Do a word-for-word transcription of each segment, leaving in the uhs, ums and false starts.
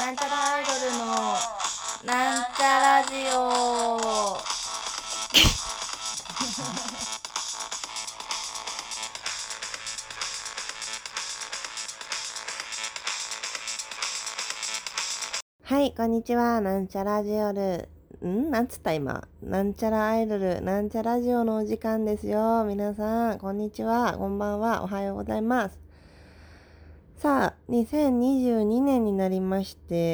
なんちゃらアイドルのなんちゃラジオ。 はい、こんにちは。なんちゃラジオル。んなんつった今。なんちゃらアイドル、なんちゃラジオのお時間ですよ。皆さん、こんにちは。こんばんは。おはようございます。さあ、にせんにじゅうにねんになりまして、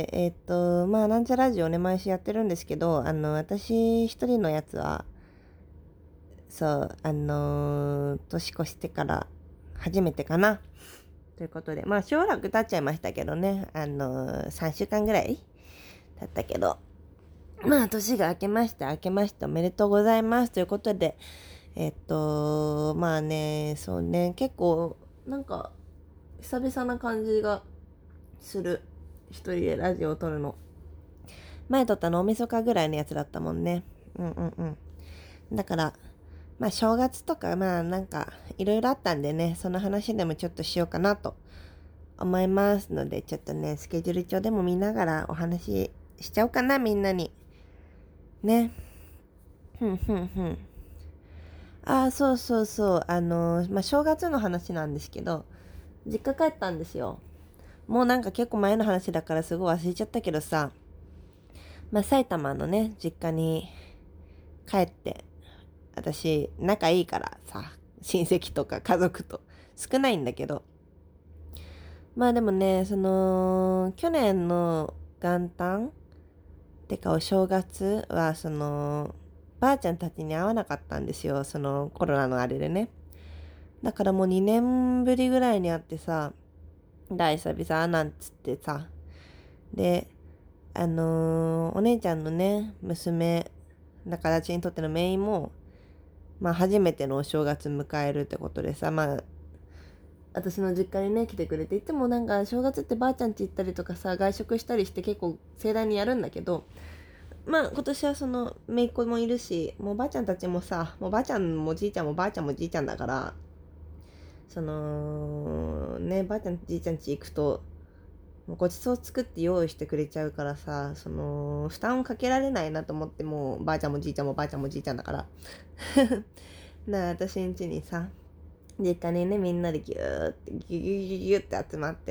えっと、まあ、なんちゃラジオね、毎週やってるんですけど、あの、私一人のやつは、そう、あのー年越してから初めてかな。ということで、まあ、しばらく経っちゃいましたけどね、あのーさんしゅうかんぐらい経ったけど、まあ、年が明けまして、明けましておめでとうございます。ということで、えっと、まあね、そうね、結構、なんか、久々な感じがする。一人でラジオを撮るの。前撮ったの大晦日ぐらいのやつだったもんね。うんうんうん。だから、まあ正月とか、まあなんか、いろいろあったんでね、その話でもちょっとしようかなと思いますので、ちょっとね、スケジュール帳でも見ながらお話ししちゃおうかな、みんなに。ね。ふんふんふん。ああ、そうそうそう。あのーまあ、正月の話なんですけど、実家帰ったんですよ。もうなんか結構前の話だからすごい忘れちゃったけどさ、まあ、埼玉のね、実家に帰って、私、仲いいからさ、親戚とか家族と少ないんだけど、まあでもね、その、去年の元旦てかお正月は、その、ばあちゃんたちに会わなかったんですよ。そのコロナのあれでね。だからもうにねんぶりぐらいに会ってさ、大久々なんつってさ。で、あのーお姉ちゃんのね、娘、だから私にとってのメインも、まあ初めてのお正月迎えるってことでさ、まあ、私の実家にね、来てくれて、いつもなんか正月ってばあちゃん家行ったりとかさ、外食したりして結構盛大にやるんだけど、まあ今年はその、姪っ子もいるし、もうばあちゃんたちもさ、もうばあちゃんもじいちゃんもばあちゃんもじいちゃんだから、その、ね、ばあちゃんじいちゃん家行くと、ごちそう作って用意してくれちゃうからさ、その、負担をかけられないなと思って、もうばあちゃんもじいちゃんもばあちゃんもじいちゃんだから。なあ、私ん家にさ、実家にね、みんなでギューって、ギュギュギュギュって集まって、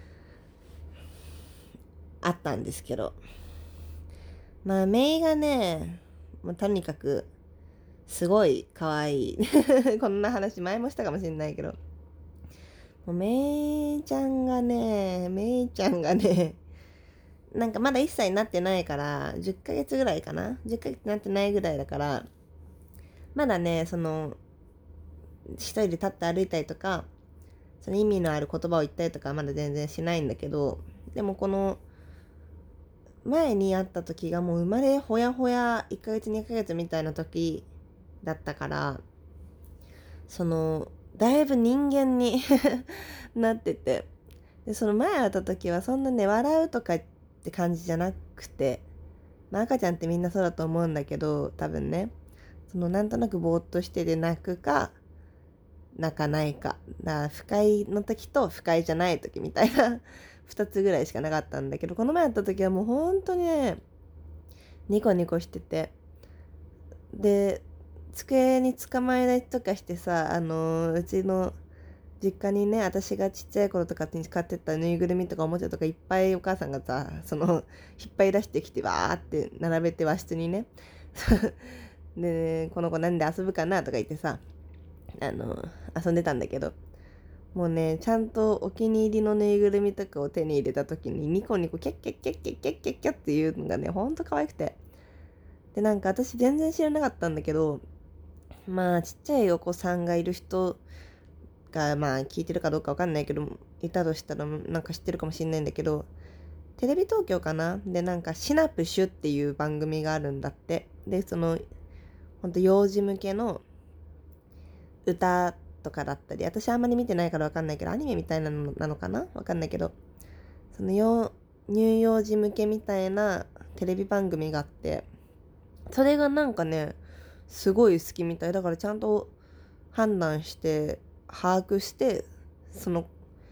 あったんですけど。まあ、メイがね、もうとにかく、すごい可愛い。こんな話前もしたかもしれないけど。もうめいちゃんがね、めいちゃんがね、なんかまだいっさいになってないから、じゅっかげつぐらいかな ?じゅっ ヶ月になってないぐらいだから、まだね、その、一人で立って歩いたりとか、その意味のある言葉を言ったりとかはまだ全然しないんだけど、でもこの、前に会った時がもう生まれほやほやいっかげつにかげつみたいな時だったから、その、だいぶ人間になってて、で、その前会った時はそんなね、笑うとかって感じじゃなくて、まあ、赤ちゃんってみんなそうだと思うんだけど、多分ね、そのなんとなくぼーっとしてて泣くか、泣かないか。だから不快の時と不快じゃない時みたいな二つぐらいしかなかったんだけど、この前会った時はもう本当にね、ニコニコしてて、で、机に捕まえたりとかしてさ、あのーうちの実家にね、私がちっちゃい頃とかに使ってたぬいぐるみとかおもちゃとかいっぱいお母さんがさ、その、引っ張り出してきてわーって並べて和室にね。で、この子なんで遊ぶかなとか言ってさ、あの、遊んでたんだけど、もうね、ちゃんとお気に入りのぬいぐるみとかを手に入れた時にニコニコキャッキャッキャッキャッキャッキャッキャッっていうのがね、ほんと可愛くて。で、なんか私全然知らなかったんだけど、まあ、ちっちゃいお子さんがいる人が、まあ、聞いてるかどうかわかんないけど、いたとしたら、なんか知ってるかもしんないんだけど、テレビ東京かなで、なんか、シナプシュっていう番組があるんだって。で、その、ほんと幼児向けの歌とかだったり、私あんまり見てないからわかんないけど、アニメみたいなのなのかなわかんないけど、その幼、乳幼児向けみたいなテレビ番組があって、それがなんかね、すごい好きみたい。だからちゃんと判断して、把握して、そのキ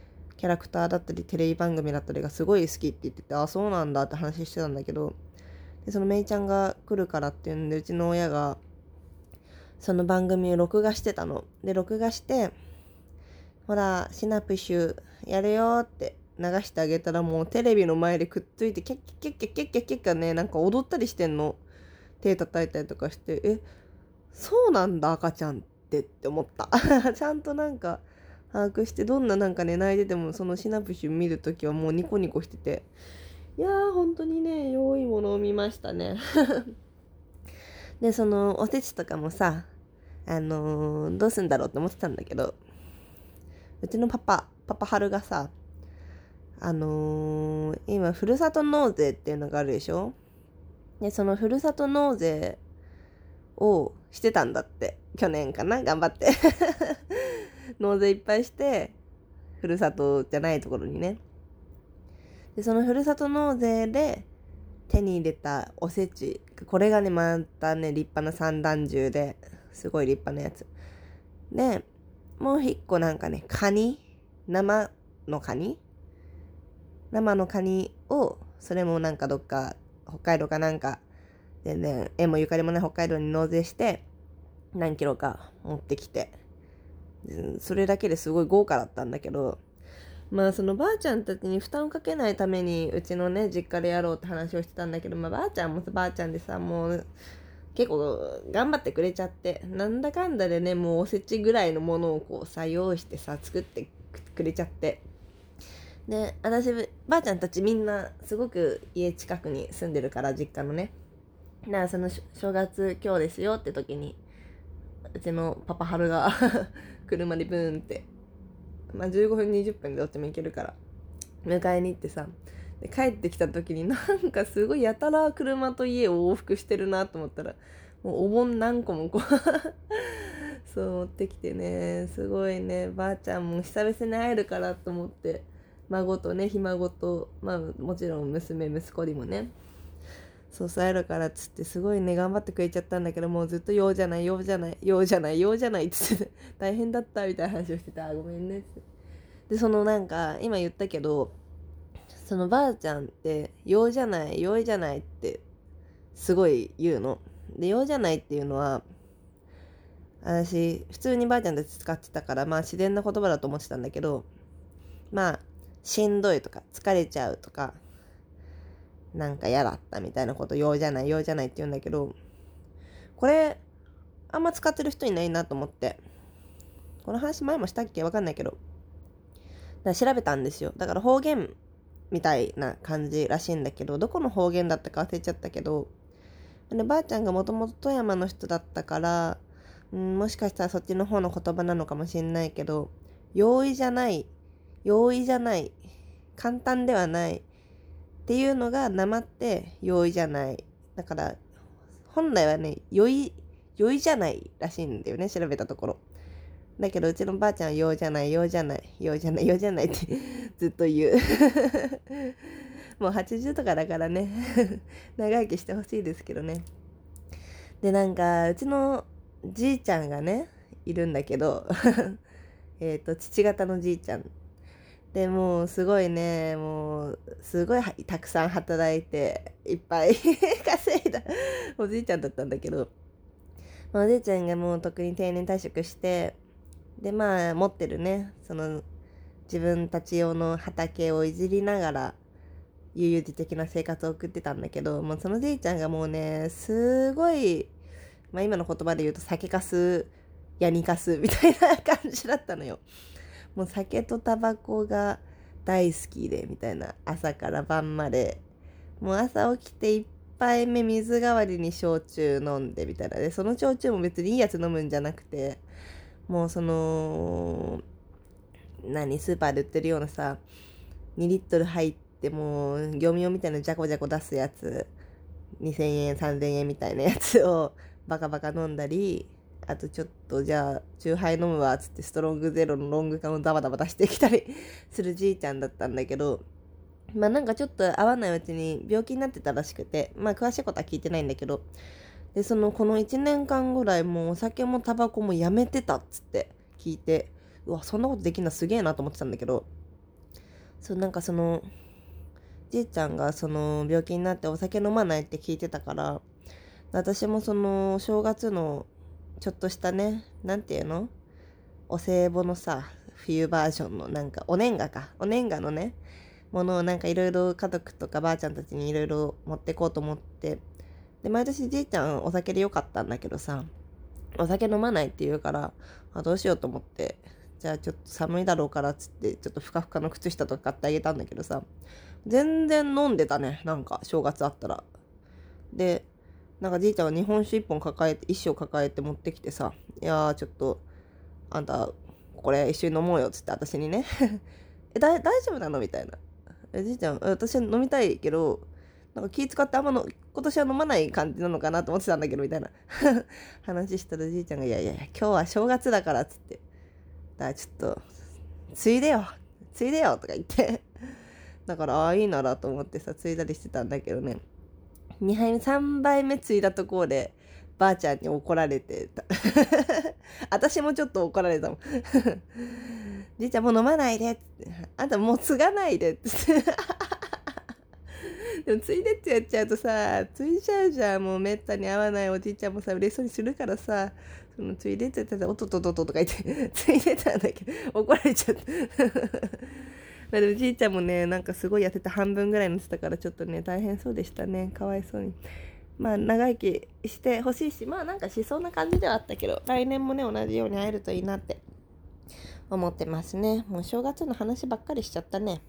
キャラクターだったりテレビ番組だったりがすごい好きって言ってて、あ、そうなんだって話してたんだけど、でそのめいちゃんが来るからっていうんで、うちの親がその番組を録画してたの。で録画して、ほらシナプシュやるよって流してあげたら、もうテレビの前でくっついてキャッキャッキャッキャッキャッキャッキャッね、なんか踊ったりしてんの。手叩いたりとかして、え、そうなんだ赤ちゃんってって思ったちゃんとなんか把握して、どんななんかね泣いててもそのシナプシュ見るときはもうニコニコしてて、いやー本当にね良いものを見ましたねでそのおせちとかもさ、あのー、どうすんだろうって思ってたんだけど、うちのパパパパ春がさ、あのー、今ふるさと納税っていうのがあるでしょ。でそのふるさと納税をしてたんだって、去年かな、頑張って納税いっぱいして、ふるさとじゃないところにね。でそのふるさと納税で手に入れたおせち、これがねまたね立派な三段重ですごい立派なやつで、もう一個なんかねカニ、生のカニ生のカニを、それもなんかどっか北海道かなんかでね、縁もゆかりもない北海道に納税して何キロか持ってきて、それだけですごい豪華だったんだけど、まあそのばあちゃんたちに負担をかけないためにうちのね実家でやろうって話をしてたんだけど、まあばあちゃんもさばあちゃんでさ、もう結構頑張ってくれちゃって、なんだかんだでねもうおせちぐらいのものをこうさ用意してさ作ってくれちゃって、で私ばあちゃんたちみんなすごく家近くに住んでるから、実家のね、だからその正月今日ですよって時にうちのパパ春が車でブーンって、まあじゅうごふんにじゅっぷんでどっちも行けるから迎えに行ってさ、で帰ってきた時になんかすごいやたら車と家を往復してるなと思ったら、もうお盆何個もこうそう持ってきてね、すごいね、ばあちゃんも久々に会えるからと思って、孫とねひ孫と、まあもちろん娘息子にもねそう会えるからっつってすごいね頑張ってくれちゃったんだけど、もうずっと用じゃない用じゃない用じゃない用じゃないって言って大変だったみたいな話をしてた、あごめんねって。でそのなんか今言ったけど、そのばあちゃんって用じゃない用じゃないってすごい言うので、用じゃないっていうのは私普通にばあちゃんたち使ってたから、まあ自然な言葉だと思ってたんだけど、まあしんどいとか疲れちゃうとかなんか嫌だったみたいなこと用じゃない用じゃないって言うんだけど、これあんま使ってる人いないなと思って、この話前もしたっけわかんないけど、だから調べたんですよ。だから方言みたいな感じらしいんだけど、どこの方言だったか忘れちゃったけど、でばあちゃんがもともと富山の人だったから、うん、もしかしたらそっちの方の言葉なのかもしれないけど、容易じゃない容易じゃない簡単ではないっていうのがなまって容易じゃない。だから本来はね良い良いじゃないらしいんだよね、調べたところ。だけどうちのばあちゃんは用じゃない用じゃない用じゃない用じゃないってずっと言うもうはちじゅうとかだからね長生きしてほしいですけどね。でなんかうちのじいちゃんがねいるんだけどえっと父方のじいちゃんで、もうすごいね、もうすごいたくさん働いていっぱい稼いだおじいちゃんだったんだけど、おじいちゃんがもう特に定年退職して、でまあ持ってるねその自分たち用の畑をいじりながら悠々自適な生活を送ってたんだけど、もうそのじいちゃんがもうねすごい、まあ今の言葉で言うと酒かすヤニかすみたいな感じだったのよ。もう酒とタバコが大好きでみたいな、朝から晩までもう朝起きて一杯目水代わりに焼酎飲んでみたいなで、その焼酎も別にいいやつ飲むんじゃなくて、もうその何スーパーで売ってるようなさにリットル入ってもう業務用みたいなジャコジャコ出すやつにせんえんさんぜんえんみたいなやつをバカバカ飲んだり、あとちょっとじゃあチューハイ飲むわっつってストロングゼロのロング缶をダバダバ出してきたりするじいちゃんだったんだけど、まあなんかちょっと合わないうちに病気になってたらしくて、まあ詳しいことは聞いてないんだけど、でそのこのいちねんかんぐらいもうお酒もタバコもやめてたっつって聞いて、うわそんなことできんのすげえなと思ってたんだけど、 そうなんかそのじいちゃんがその病気になってお酒飲まないって聞いてたから、私もその正月のちょっとしたね、なんていうの、お歳暮のさ、冬バージョンのなんかお年賀かお年賀のねものをなんかいろいろ家族とかばあちゃんたちにいろいろ持ってこうと思って、で毎年じいちゃんお酒でよかったんだけどさ、お酒飲まないって言うから、あどうしようと思って、じゃあちょっと寒いだろうからっつってちょっとふかふかの靴下とか買ってあげたんだけどさ、全然飲んでたね。なんか正月あったら。でなんかじいちゃんは日本酒一本抱えて一升抱えて持ってきてさ、いやーちょっとあんたこれ一緒に飲もうよっつって私にねえだ大丈夫なのみたいな。えじいちゃん私飲みたいけどなんか気使ってあんまの今年は飲まない感じなのかなと思ってたんだけどみたいな話したらじいちゃんがいやいやいや今日は正月だからっつって、だからちょっとついでよついでよとか言ってだからああいいならと思ってさついだりしてたんだけどね、にはいめさんばいめついだところでばあちゃんに怒られてた私もちょっと怒られたもんじいちゃんもう飲まないでって、あんたもう継がないでってでもついでってやっちゃうとさついちゃうじゃん。もうめったに会わないおじいちゃんもさ嬉しそうにするからさ、そのついでってやったらおとととととか言ってついでたんだけど怒られちゃったまあでもじいちゃんもねなんかすごい痩せて半分ぐらいのってたからちょっとね大変そうでしたね。かわいそうに。まあ長生きしてほしいし、まあなんかしそうな感じではあったけど、来年もね同じように会えるといいなって思ってますね。もう正月の話ばっかりしちゃったね。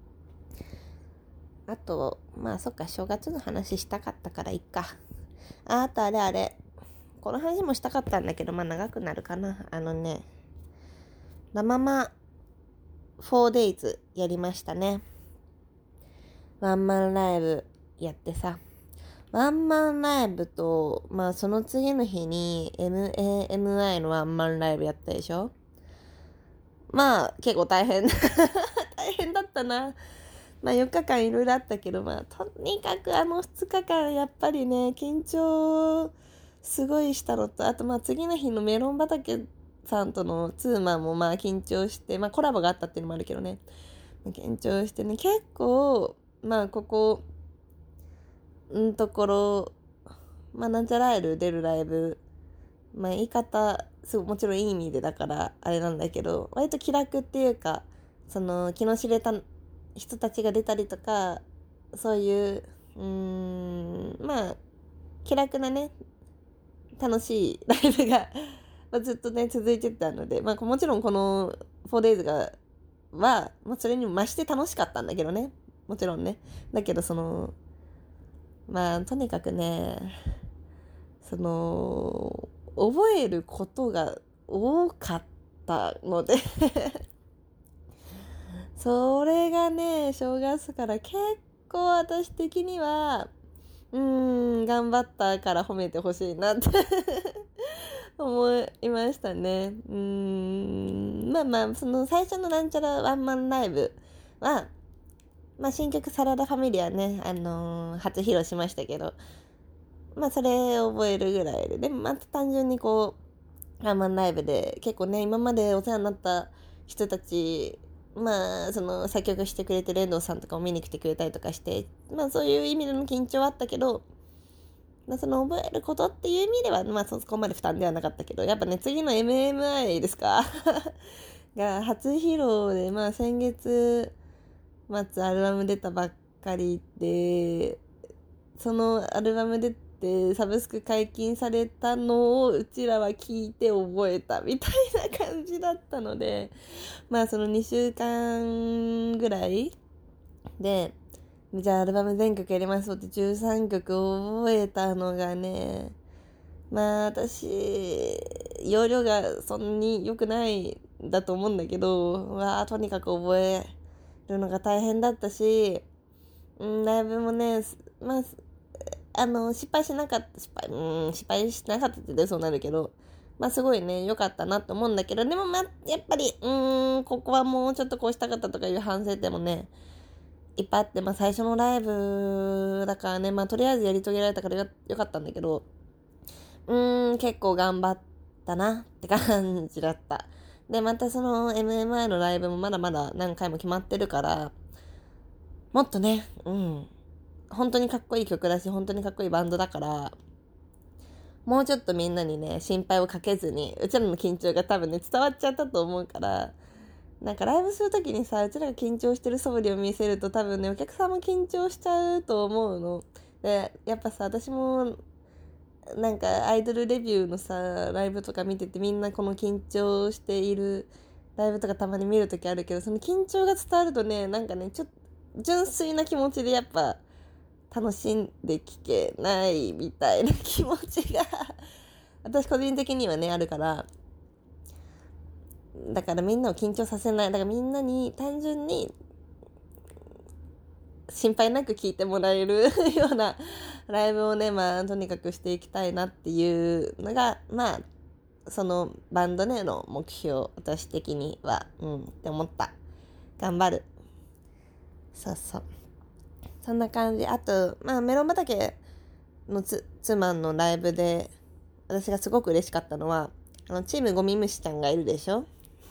あとまあそっか正月の話したかったからいっか。ああとあれあれこの話もしたかったんだけどまあ長くなるかな。あのねラママ フォーデイズ やりましたね。ワンマンライブやってさ、ワンマンライブとまあその次の日に エムエーエムアイ のワンマンライブやったでしょ。まあ結構大変大変だったな。まあよっかかんいろいろあったけど、まあとにかくあのふつかかんやっぱりね緊張すごいしたのと、あとまあ次の日のメロン畑さんとのツーマンもまあ緊張して、まあコラボがあったっていうのもあるけどね、緊張してね結構まあここんところまあなんちゃらアイル出るライブ、まあ言い方すごいもちろんいい意味でだからあれなんだけど、割と気楽っていうかその気の知れた人たちが出たりとか、そういううーんまあ気楽なね楽しいライブがずっとね続いてたので、まあもちろんこの フォーデイズ がは、まあ、それにも増して楽しかったんだけどね、もちろんね。だけどそのまあとにかくねその覚えることが多かったのでそれがね正月から結構私的にはうーん頑張ったから褒めてほしいなって思いましたね。うーんまあまあその最初のなんちゃらワンマンライブはまあ新曲サラダファミリアね、あのー、初披露しましたけど、まあそれを覚えるぐらいで、でもまた単純にこうワンマンライブで結構ね今までお世話になった人たち、まあその作曲してくれてる遠藤さんとかを見に来てくれたりとかして、まあそういう意味での緊張はあったけど、まあ、その覚えることっていう意味ではまあそこまで負担ではなかったけど、やっぱね次の エムエムアイ ですかが初披露で、まあ先月末アルバム出たばっかりで、そのアルバム出てサブスク解禁されたのをうちらは聞いて覚えたみたいな感じだったので、まあそのにしゅうかんぐらいでじゃあアルバム全曲やりますってじゅうさんきょく覚えたのがね、まあ私容量がそんなに良くないんだと思うんだけど、まあとにかく覚えるのが大変だったし、うん、ライブもねまああの失敗しなかった失敗うん失敗しなかったって言うとそうなるけど、まあすごいね良かったなと思うんだけど、でもまあやっぱりうーんここはもうちょっとこうしたかったとかいう反省点もねいっぱいあって、まあ最初のライブだからね、まあとりあえずやり遂げられたからよかったんだけど、うーん結構頑張ったなって感じだった。でまたその エムエムアイ のライブもまだまだ何回も決まってるから、 もっとね、うん、本当にかっこいい曲だし、本当にかっこいいバンドだから、もうちょっとみんなにね、心配をかけずに、うちらの緊張が多分ね、伝わっちゃったと思うから、なんかライブするときにさ、うちらが緊張してる素振りを見せると多分ね、お客さんも緊張しちゃうと思うの。で、やっぱさ、私も、なんかアイドルレビューのさ、ライブとか見ててみんなこの緊張しているライブとかたまに見るときあるけど、その緊張が伝わるとね、なんかね、ちょっと純粋な気持ちでやっぱ楽しんで聴けないみたいな気持ちが私個人的にはね、あるから、だからみんなを緊張させない。だからみんなに単純に心配なく聞いてもらえるようなライブをね、まあとにかくしていきたいなっていうのが、まあそのバンドでの目標、私的には、うんって思った。頑張る。そうそう。そんな感じ。あと、まあメロン畑のつ妻のライブで私がすごく嬉しかったのは、あのチームゴミ虫ちゃんがいるでしょ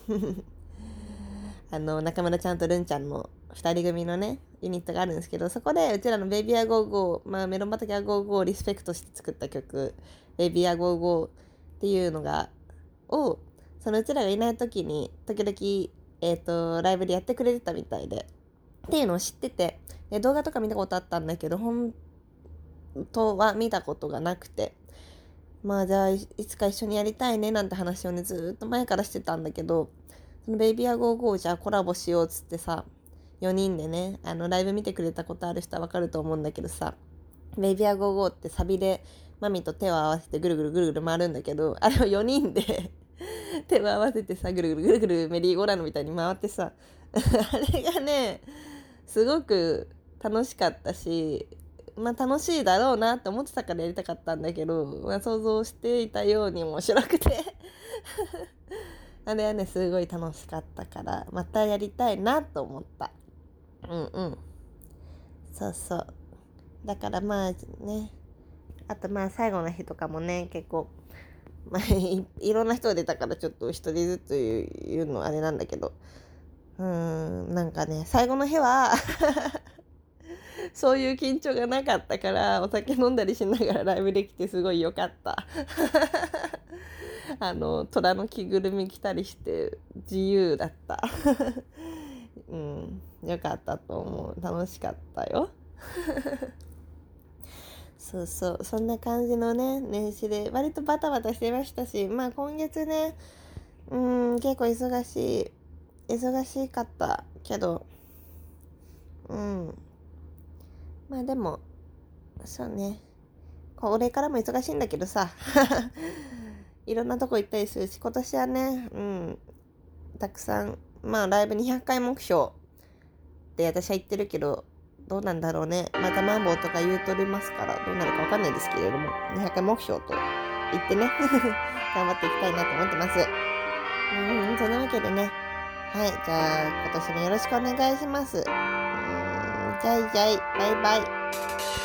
あの中村ちゃんとルンちゃんのふたり組のねユニットがあるんですけど、そこでうちらのベイビーアゴーゴー、まあメロン畑アゴーゴーをリスペクトして作った曲、ベイビーアゴーゴーっていうのがをそのうちらがいない時に時々えっとライブでやってくれてたみたいでっていうのを知ってて、で動画とか見たことあったんだけど本当は見たことがなくて、まあじゃあいつか一緒にやりたいねなんて話をねずーっと前からしてたんだけど、そのベイビーアゴーゴーじゃあコラボしようっつってさ、よにんでね、あのライブ見てくれたことある人はわかると思うんだけどさ、ベイビーアゴーゴーってサビでマミと手を合わせてぐるぐるぐるぐる回るんだけど、あれをよにんで手を合わせてさ、ぐるぐるぐるぐるメリーゴーランドみたいに回ってさあれがねすごく楽しかったし、まあ楽しいだろうなって思ってたからやりたかったんだけど、まあ、想像していたように面白くてあれはねすごい楽しかったからまたやりたいなと思った。うんうん、そうそう。だからまあね、あとまあ最後の日とかもね結構まあ い, いろんな人が出たからちょっと一人ずつ言うのあれなんだけど、うーんなんかね最後の日はそういう緊張がなかったからお酒飲んだりしながらライブできてすごい良かったあの虎の着ぐるみ着たりして自由だったうん良かったと思う。楽しかったよそうそう、そんな感じのね年始で割とバタバタしてましたし、まあ今月ねうん結構忙しい忙しかったけど、うんまあでもそうね、これからも忙しいんだけどさいろんなとこ行ったりするし、今年はねうんたくさんまあライブにひゃっかい目標って私は言ってるけど、どうなんだろうね。またマンボウとか言うとりますからどうなるかわかんないですけれども、にひゃっかい目標と言ってね頑張っていきたいなと思ってます。うんそんなわけでね、はい、じゃあ今年もよろしくお願いします。うんじゃいじゃいバイバイ。